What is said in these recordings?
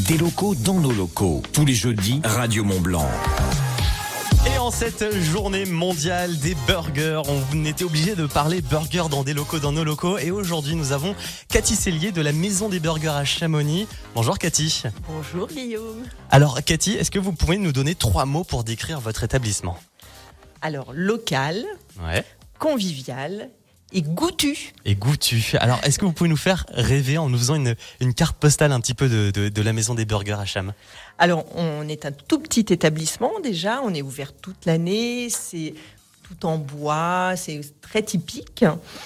tes locaux dans nos locaux. Tous les jeudis, Radio Mont-Blanc. Et en cette journée mondiale des burgers, on était obligé de parler burgers dans des locaux, dans nos locaux. Et aujourd'hui, nous avons Cathy Cellier de la Maison des Burgers à Chamonix. Bonjour Cathy. Bonjour Guillaume. Alors Cathy, est-ce que vous pouvez nous donner 3 mots pour décrire votre établissement ? Alors, local, convivial et goûtu. Et goûtu. Alors, est-ce que vous pouvez nous faire rêver en nous faisant une carte postale un petit peu de la Maison des Burgers à Cham ? Alors, on est un tout petit établissement déjà, on est ouvert toute l'année, c'est tout en bois, c'est très typique.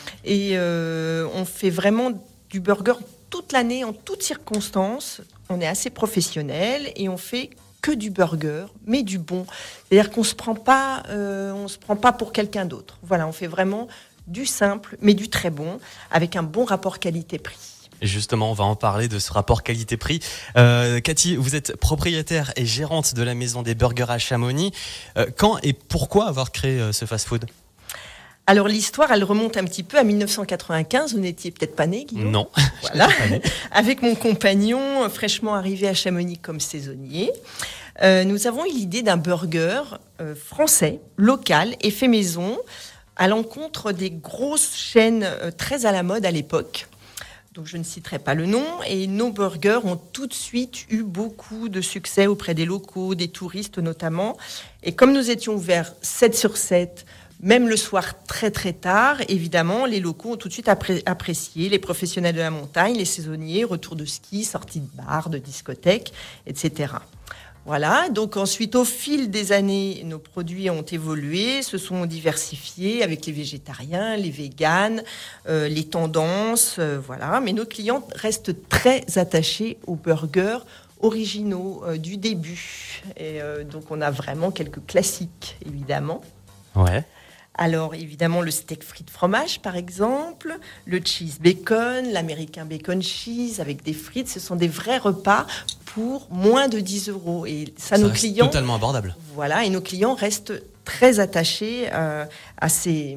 Et on fait vraiment du burger toute l'année, en toutes circonstances. On est assez professionnel et on fait que du burger, mais du bon. C'est-à-dire qu'on se prend pas pour quelqu'un d'autre. Voilà, on fait vraiment du simple, mais du très bon, avec un bon rapport qualité-prix. Et justement, on va en parler de ce rapport qualité-prix. Cathy, vous êtes propriétaire et gérante de la Maison des Burgers à Chamonix. Quand et pourquoi avoir créé ce fast-food ? Alors l'histoire, elle remonte un petit peu à 1995. Vous n'étiez peut-être pas né, Guillaume ? Non. Voilà. Avec mon compagnon, fraîchement arrivé à Chamonix comme saisonnier, nous avons eu l'idée d'un burger français, local et fait maison, à l'encontre des grosses chaînes très à la mode à l'époque. Donc je ne citerai pas le nom. Et nos burgers ont tout de suite eu beaucoup de succès auprès des locaux, des touristes notamment. Et comme nous étions ouverts 7 sur 7, même le soir très très tard, évidemment, les locaux ont tout de suite apprécié, les professionnels de la montagne, les saisonniers, retour de ski, sortie de bar, de discothèque, etc. Voilà, donc ensuite, au fil des années, nos produits ont évolué, se sont diversifiés avec les végétariens, les véganes, les tendances, voilà. Mais nos clients restent très attachés aux burgers originaux du début. Et donc, on a vraiment quelques classiques, évidemment. Ouais. Alors, évidemment, le steak frites fromage, par exemple, le cheese bacon, l'américain bacon cheese avec des frites, ce sont des vrais repas pour moins de 10 €. Et ça nos clients, totalement abordable. Voilà, et nos clients restent très attachés à ces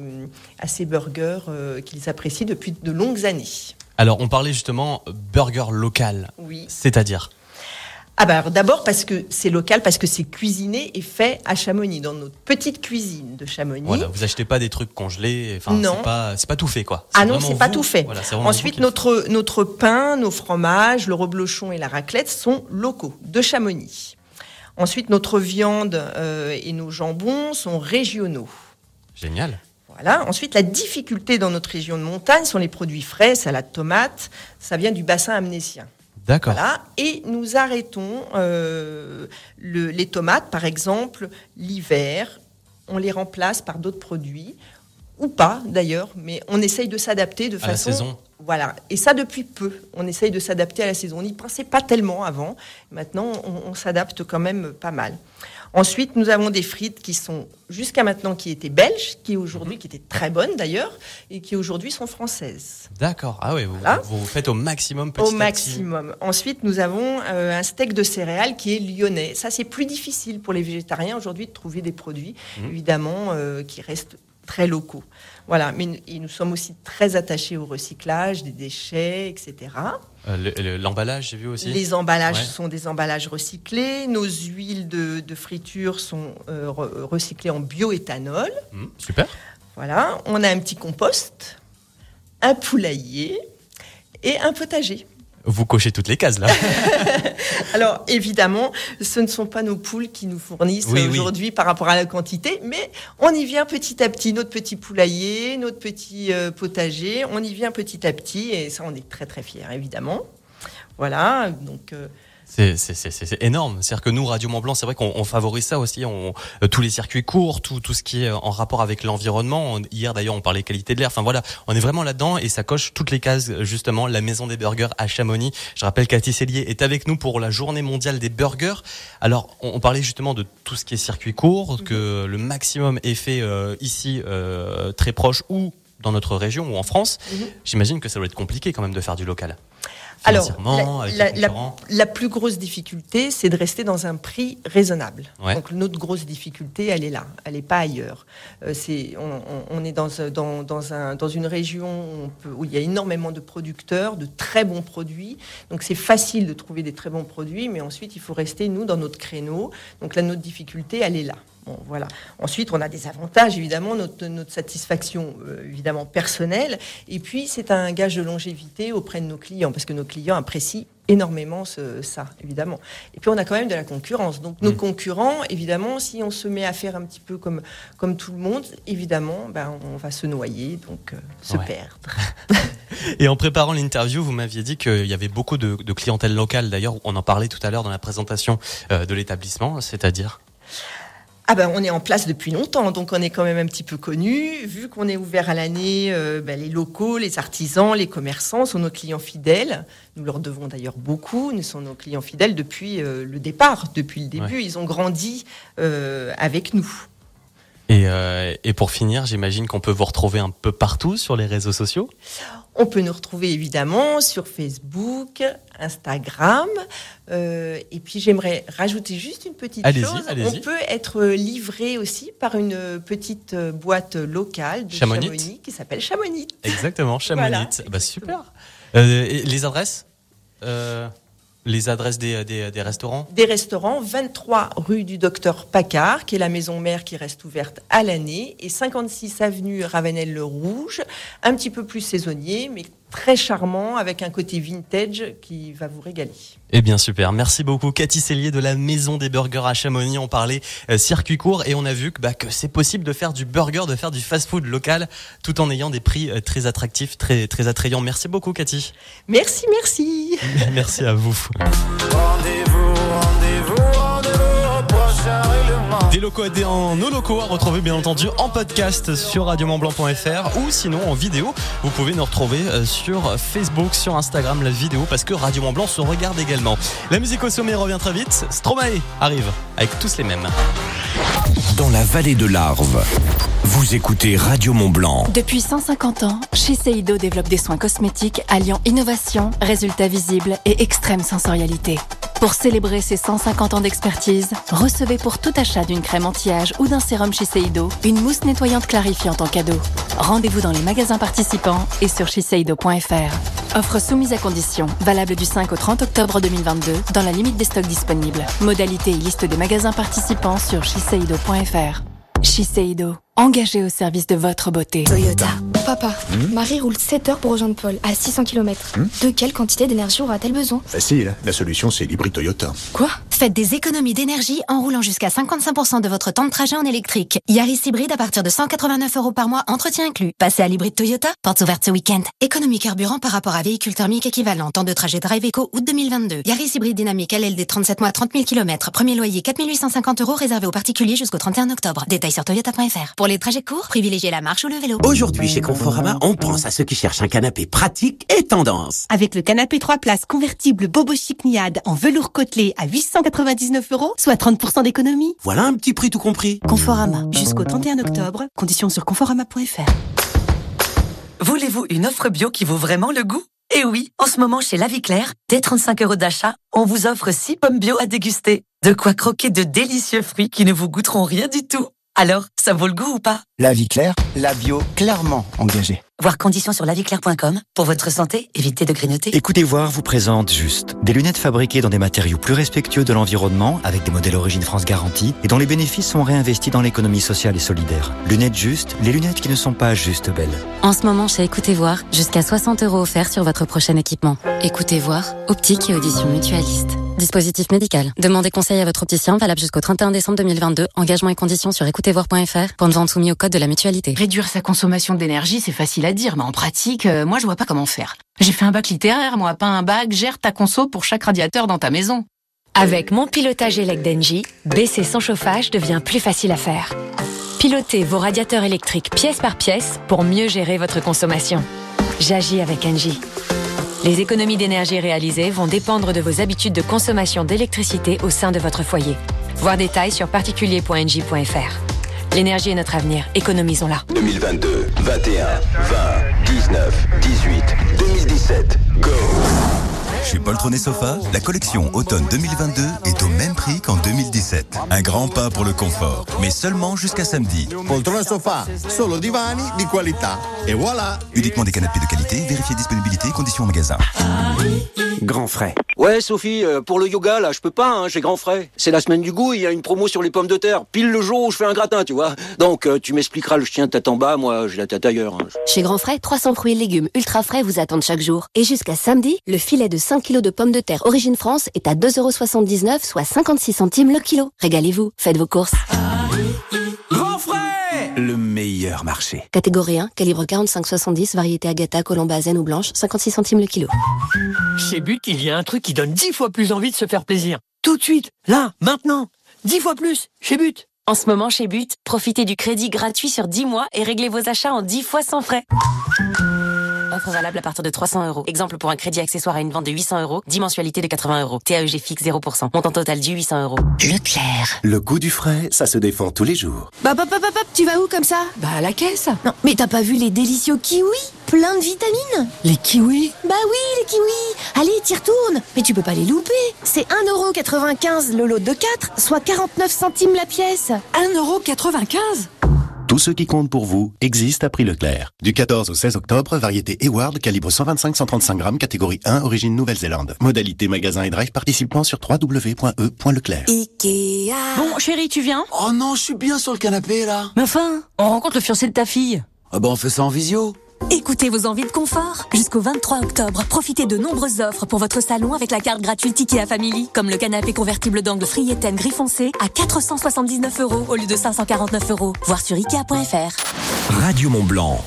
burgers qu'ils apprécient depuis de longues années. Alors, on parlait justement burger local. Oui. C'est-à-dire ? Ah bah alors d'abord parce que c'est local, parce que c'est cuisiné et fait à Chamonix, dans notre petite cuisine de Chamonix. Voilà, vous achetez pas des trucs congelés, enfin non. C'est pas tout fait quoi. Ah non, c'est pas tout fait. Voilà, ensuite notre pain, nos fromages, le reblochon et la raclette sont locaux de Chamonix. Ensuite notre viande et nos jambons sont régionaux. Génial. Voilà. Ensuite, la difficulté dans notre région de montagne sont les produits frais, salade tomate, ça vient du bassin amnécien. D'accord. Voilà. Et nous arrêtons les tomates, par exemple, l'hiver. On les remplace par d'autres produits, ou pas d'ailleurs, mais on essaye de s'adapter de façon... À la saison. Voilà. Et ça depuis peu. On essaye de s'adapter à la saison. On n'y pensait pas tellement avant. Maintenant, on s'adapte quand même pas mal. Ensuite, nous avons des frites qui sont, jusqu'à maintenant, qui étaient belges, qui étaient très bonnes d'ailleurs, et qui aujourd'hui sont françaises. D'accord. Ah oui, vous faites au maximum petit à petit. Au maximum. Ensuite, nous avons un steak de céréales qui est lyonnais. Ça, c'est plus difficile pour les végétariens aujourd'hui de trouver des produits, évidemment, qui restent très locaux. Voilà, mais nous sommes aussi très attachés au recyclage des déchets, etc. L'emballage, j'ai vu aussi. Les emballages sont des emballages recyclés. Nos huiles de friture sont recyclées en bioéthanol. Super. Voilà, on a un petit compost, un poulailler et un potager. Vous cochez toutes les cases là. Alors évidemment, ce ne sont pas nos poules qui nous fournissent aujourd'hui par rapport à la quantité, mais on y vient petit à petit, notre petit poulailler, notre petit potager, on y vient petit à petit et ça on est très très fiers évidemment. Voilà, donc... C'est énorme. C'est-à-dire que nous, Radio Mont-Blanc, c'est vrai qu'on favorise ça aussi. Tous les circuits courts, tout ce qui est en rapport avec l'environnement. Hier, d'ailleurs, on parlait qualité de l'air. Enfin voilà, on est vraiment là-dedans et ça coche toutes les cases, justement. La Maison des Burgers à Chamonix. Je rappelle, Cathy Cellier est avec nous pour la Journée mondiale des burgers. Alors, on parlait justement de tout ce qui est circuit court, que le maximum est fait ici, très proche ou dans notre région ou en France. J'imagine que ça doit être compliqué quand même de faire du local. financièrement, avec les concurrents? La plus grosse difficulté, c'est de rester dans un prix raisonnable. Ouais. Donc notre grosse difficulté, elle est là, elle n'est pas ailleurs. On est dans une région où il y a énormément de producteurs, de très bons produits. Donc c'est facile de trouver des très bons produits, mais ensuite il faut rester, nous, dans notre créneau. Donc là, notre difficulté, elle est là. Bon, voilà. Ensuite, on a des avantages, évidemment, notre satisfaction, évidemment, personnelle. Et puis, c'est un gage de longévité auprès de nos clients, parce que nos clients apprécient énormément ça, évidemment. Et puis, on a quand même de la concurrence. Donc, nos concurrents, évidemment, si on se met à faire un petit peu comme tout le monde, évidemment, on va se noyer, donc se perdre. Et en préparant l'interview, vous m'aviez dit qu'il y avait beaucoup de clientèle locale. D'ailleurs, on en parlait tout à l'heure dans la présentation de l'établissement, c'est-à-dire... On est en place depuis longtemps, donc on est quand même un petit peu connu. Vu qu'on est ouvert à l'année, les locaux, les artisans, les commerçants sont nos clients fidèles. Nous leur devons d'ailleurs beaucoup. Nous sommes nos clients fidèles depuis le départ, depuis le début. Ouais. Ils ont grandi avec nous. Et pour finir, j'imagine qu'on peut vous retrouver un peu partout sur les réseaux sociaux. On peut nous retrouver évidemment sur Facebook, Instagram. Et puis j'aimerais rajouter juste une petite chose. Allez-y. On peut être livré aussi par une petite boîte locale de Chamonix qui s'appelle Chamonix. Exactement, Chamonix. Voilà, super. Et les adresses Les adresses des restaurants ? Des restaurants, 23 rue du Docteur Paccard, qui est la maison mère qui reste ouverte à l'année, et 56 avenue Ravenel-le-Rouge, un petit peu plus saisonnier, mais très charmant, avec un côté vintage qui va vous régaler. Eh bien super, merci beaucoup Cathy Cellier de la Maison des Burgers à Chamonix. On parlait circuit court et on a vu que c'est possible de faire du burger, de faire du fast-food local, tout en ayant des prix très attractifs, très, très attrayants. Merci beaucoup Cathy. Merci. Merci à vous. Rendez-vous au prochain règlement. Des locaux dans nos locaux à retrouver bien entendu en podcast sur radiomontblanc.fr ou sinon en vidéo. Vous pouvez nous retrouver sur Facebook, sur Instagram, la vidéo, parce que Radio Mont Blanc se regarde également. La musique au sommet revient très vite. Stromae arrive avec tous les mêmes. Dans la vallée de l'Arve, vous écoutez Radio Mont Blanc. Depuis 150 ans, Shiseido développe des soins cosmétiques alliant innovation, résultats visibles et extrême sensorialité. Pour célébrer ses 150 ans d'expertise, recevez pour tout achat d'une crème anti-âge ou d'un sérum Shiseido une mousse nettoyante clarifiante en cadeau. Rendez-vous dans les magasins participants et sur shiseido.fr. Offre soumise à condition, valable du 5 au 30 octobre 2022 dans la limite des stocks disponibles. Modalité et liste des magasins participants sur shiseido.fr. Shiseido, engagé au service de votre beauté. Toyota. Papa, Marie roule 7 heures pour rejoindre Paul, à 600 km. De quelle quantité d'énergie aura-t-elle besoin ? Facile, la solution c'est l'hybride Toyota. Quoi ? Faites des économies d'énergie en roulant jusqu'à 55% de votre temps de trajet en électrique. Yaris hybride à partir de 189 € par mois, entretien inclus. Passez à l'hybride Toyota, portes ouvertes ce week-end. Économie carburant par rapport à véhicule thermique équivalent. Temps de trajet Drive Eco, août 2022. Yaris hybride dynamique LLD 37 mois, 30 000 km. Premier loyer 4 850 € réservé aux particuliers jusqu'au 31 octobre. Détails sur toyota.fr. Pour les trajets courts, privilégiez la marche ou le vélo. Aujourd'hui, chez Conforama, on pense à ceux qui cherchent un canapé pratique et tendance. Avec le canapé 3 places convertible Bobo Chic Niad en velours côtelé à 899 €, soit 30% d'économie. Voilà un petit prix tout compris. Conforama, jusqu'au 31 octobre. Conditions sur conforama.fr. Voulez-vous une offre bio qui vaut vraiment le goût ? Eh oui, en ce moment chez La Vie Claire, dès 35 € d'achat, on vous offre 6 pommes bio à déguster. De quoi croquer de délicieux fruits qui ne vous goûteront rien du tout. Alors, ça vaut le goût ou pas ? La Vie Claire, la bio clairement engagée. Voir conditions sur laviclaire.com. Pour votre santé, évitez de grignoter. Écoutez voir vous présente Juste. Des lunettes fabriquées dans des matériaux plus respectueux de l'environnement, avec des modèles origine France garantie, et dont les bénéfices sont réinvestis dans l'économie sociale et solidaire. Lunettes Juste, les lunettes qui ne sont pas juste belles. En ce moment, chez Écoutez voir, jusqu'à 60 € offerts sur votre prochain équipement. Écoutez voir, optique et audition mutualiste. Dispositif médical. Demandez conseil à votre opticien, valable jusqu'au 31 décembre 2022. Engagement et conditions sur écoutezvoir.fr. Pour une vente soumise au code de la mutualité. Réduire sa consommation d'énergie, c'est facile à dire, mais en pratique, moi je vois pas comment faire. J'ai fait un bac littéraire, moi, pas un bac. Gère ta conso pour chaque radiateur dans ta maison. Avec mon pilotage Elec d'Engie, baisser son chauffage devient plus facile à faire. Pilotez vos radiateurs électriques pièce par pièce pour mieux gérer votre consommation. J'agis avec Engie. Les économies d'énergie réalisées vont dépendre de vos habitudes de consommation d'électricité au sein de votre foyer. Voir détails sur particulier.engie.fr. L'énergie est notre avenir, économisons-la. 2022, 21, 20, 19, 18, 2017, go! Chez Poltron & Sofa, la collection automne 2022 est au même prix qu'en 2017. Un grand pas pour le confort, mais seulement jusqu'à samedi. Poltron & Sofa, solo divani di qualità. Et voilà. Uniquement des canapés de qualité, vérifiez disponibilité, conditions en magasin. Grand frais. Ouais, Sophie, pour le yoga, là, je peux pas, j'ai grand frais. C'est la semaine du goût, il y a une promo sur les pommes de terre, pile le jour où je fais un gratin, tu vois. Donc, tu m'expliqueras le chien de tête en bas, moi, j'ai la tête ailleurs. Chez Grand Frais, 300 fruits et légumes ultra frais vous attendent chaque jour. Et jusqu'à samedi, le filet de 5 kg de pommes de terre Origine France est à 2,79 €, soit 56 centimes le kilo. Régalez-vous, faites vos courses. Grand frais! Le meilleur marché. Catégorie 1, calibre 45-70, variété Agatha, Colombazen ou blanche, 56 centimes le kilo. Chez But, il y a un truc qui donne 10 fois plus envie de se faire plaisir. Tout de suite, là, maintenant. 10 fois plus, chez But. En ce moment, chez But, profitez du crédit gratuit sur 10 mois et réglez vos achats en 10 fois sans frais. Offre valable à partir de 300 €. Exemple pour un crédit accessoire à une vente de 800 €, 10 mensualités de 80 €. TAEG fixe 0%. Montant total dû 800 €. Leclerc. Le goût du frais, ça se défend tous les jours. Hop, tu vas où comme ça? Bah à la caisse. Non, mais t'as pas vu les délicieux kiwis? Plein de vitamines. Les kiwis? Bah oui, les kiwis. Allez, t'y retournes. Mais tu peux pas les louper. C'est 1,95 € le lot de 4, soit 49 centimes la pièce. 1,95 €? Tout ce qui compte pour vous existe à prix Leclerc. Du 14 au 16 octobre, variété Eward, calibre 125-135 grammes, catégorie 1, origine Nouvelle-Zélande. Modalité magasin et drive participant sur www.e.leclerc. Ikea. Bon, chérie, tu viens? Oh non, je suis bien sur le canapé, là. Mais enfin, on rencontre le fiancé de ta fille. Ah bah on fait ça en visio. Écoutez vos envies de confort. Jusqu'au 23 octobre, profitez de nombreuses offres pour votre salon avec la carte gratuite Ikea Family, comme le canapé convertible d'angle Frieten gris foncé à 479 € au lieu de 549 €. Voir sur Ikea.fr. Radio Mont Blanc.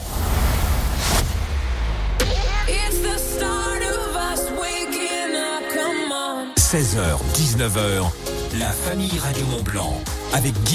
« 16h, 19h, la famille Radio Mont Blanc avec Guillaume. »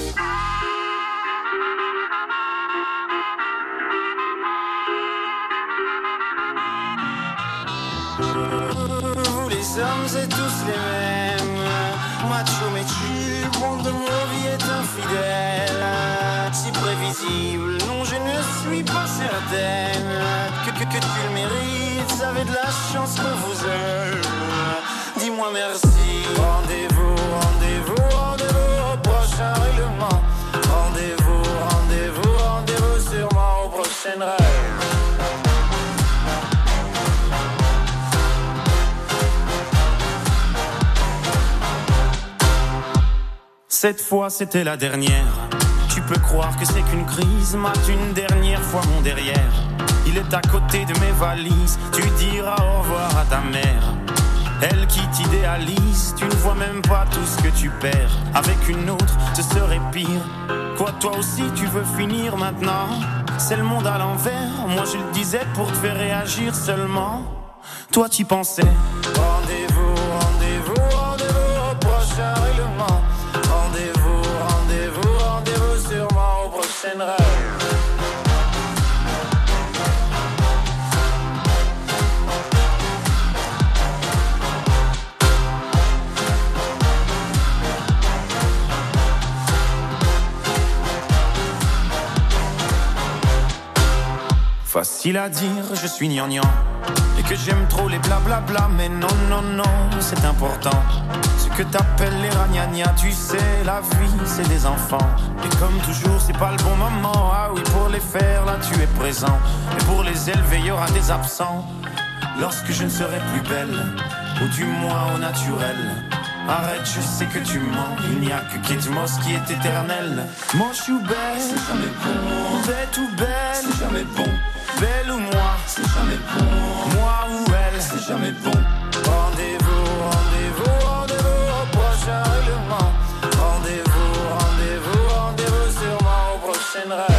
Vous les hommes êtes tous les mêmes. Macho mais chill, monde de nos vies est infidèle. Si prévisible, non je ne suis pas certaine que tu le mérites. Vous avez de la chance qu'on vous aime. Dis-moi merci. Rendez-vous, rendez-vous, rendez-vous au prochain règlement. Rendez-vous, rendez-vous, rendez-vous sûrement au prochain rêve. Cette fois c'était la dernière. Tu peux croire que c'est qu'une crise. Mate une dernière fois mon derrière. Il est à côté de mes valises. Tu diras au revoir à ta mère. Elle qui t'idéalise. Tu ne vois même pas tout ce que tu perds. Avec une autre ce serait pire. Quoi toi aussi tu veux finir maintenant? C'est le monde à l'envers. Moi je le disais pour te faire réagir seulement. Toi tu pensais. Rendez-vous, rendez-vous, rendez-vous au prochain règlement. Rendez-vous, rendez-vous, rendez-vous sûrement au prochain rêve. Facile à dire, je suis gnangnan. Et que j'aime trop les blablabla. Mais non, non, non, c'est important. Ce que t'appelles les ragnagnas. Tu sais, la vie, c'est des enfants. Et comme toujours, c'est pas le bon moment. Ah oui, pour les faire, là, tu es présent. Et pour les élever, il y aura des absents. Lorsque je ne serai plus belle, ou du moins au naturel. Arrête, je sais que tu mens. Il n'y a que Kate Moss qui est éternelle. Moche ou belle, c'est jamais bon. Bête ou belle, c'est jamais bon. Belle ou moi, c'est jamais bon. Moi ou elle, c'est jamais bon. Rendez-vous, rendez-vous, rendez-vous au prochain règlement. Rendez-vous, rendez-vous, rendez-vous sûrement au prochain rêve.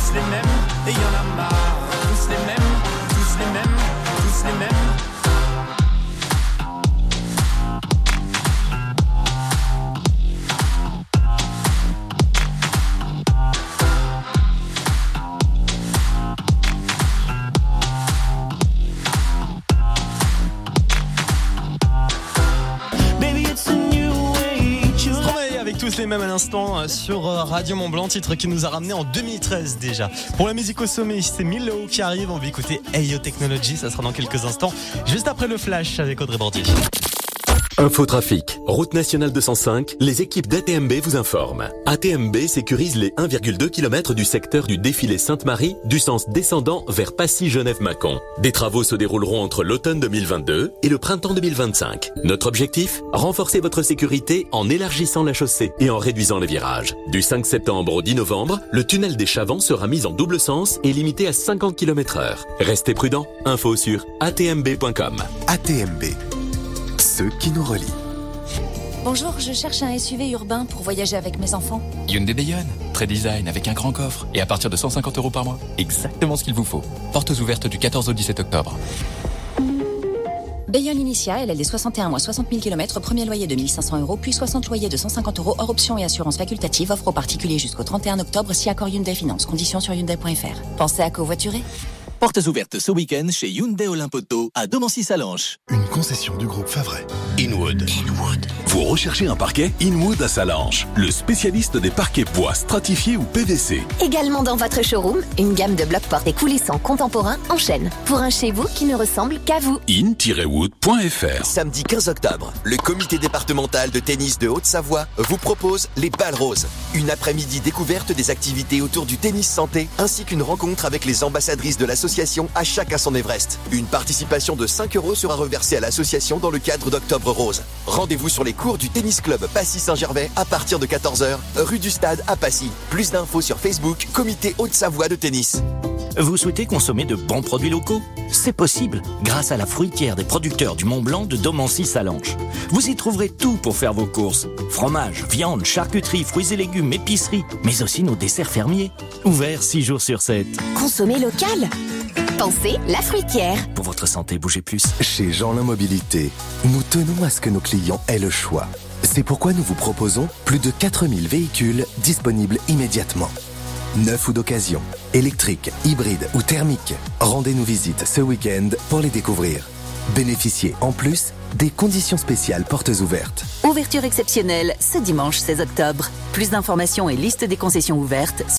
tous les mêmes, et y en a marre. Tous les mêmes, tous les mêmes, tous les mêmes. Tous les mêmes à l'instant sur Radio Mont Blanc, titre qui nous a ramené en 2013 déjà. Pour la musique au sommet, c'est Milo qui arrive, on va écouter Ayo Technology, ça sera dans quelques instants, juste après le flash avec Audrey Bordier. Infotrafic, route nationale 205, les équipes d'ATMB vous informent. ATMB sécurise les 1,2 km du secteur du défilé Sainte-Marie du sens descendant vers Passy-Genève-Mâcon. Des travaux se dérouleront entre l'automne 2022 et le printemps 2025. Notre objectif, renforcer votre sécurité en élargissant la chaussée et en réduisant les virages. Du 5 septembre au 10 novembre, le tunnel des Chavants sera mis en double sens et limité à 50 km/h. Restez prudents, info sur atmb.com. ATMB. Ceux qui nous relient. Bonjour, je cherche un SUV urbain pour voyager avec mes enfants. Hyundai Bayonne, très design avec un grand coffre et à partir de 150 € par mois. Exactement ce qu'il vous faut. Portes ouvertes du 14 au 17 octobre. Bayonne Initia, LLD 61 mois, 60 000 km, premier loyer de 1 500 €, puis 60 loyers de 150 € hors option et assurance facultative, offre aux particuliers jusqu'au 31 octobre si accord Hyundai Finance. Conditions sur Hyundai.fr. Pensez à covoiturer. Portes ouvertes ce week-end chez Hyundai Olympoto à Domancy-Salanches. Une concession du groupe Favret. Inwood. Vous recherchez un parquet? Inwood à Salanches, le spécialiste des parquets bois stratifiés ou PVC. Également dans votre showroom, une gamme de blocs portes et coulissants contemporains en chêne. Pour un chez vous qui ne ressemble qu'à vous. in-wood.fr. Samedi 15 octobre, le comité départemental de tennis de Haute-Savoie vous propose les balles roses. Une après-midi découverte des activités autour du tennis santé, ainsi qu'une rencontre avec les ambassadrices de l'association À chacun son Everest. Une participation de 5 € sera reversée à l'association dans le cadre d'Octobre Rose. Rendez-vous sur les cours du tennis club Passy-Saint-Gervais à partir de 14h, rue du Stade à Passy. Plus d'infos sur Facebook, Comité Haute-Savoie de tennis. Vous souhaitez consommer de bons produits locaux? C'est possible grâce à la fruitière des producteurs du Mont Blanc de Domancy-Salanches. Vous y trouverez tout pour faire vos courses. Fromage, viande, charcuterie, fruits et légumes, épicerie, mais aussi nos desserts fermiers. Ouverts 6 jours sur 7. Consommer local. Pensez la fruitière. Pour votre santé, bougez plus. Chez Jeanlin Mobilité, nous tenons à ce que nos clients aient le choix. C'est pourquoi nous vous proposons plus de 4000 véhicules disponibles immédiatement. Neufs ou d'occasion, électriques, hybrides ou thermiques. Rendez-nous visite ce week-end pour les découvrir. Bénéficiez en plus des conditions spéciales portes ouvertes. Ouverture exceptionnelle ce dimanche 16 octobre. Plus d'informations et liste des concessions ouvertes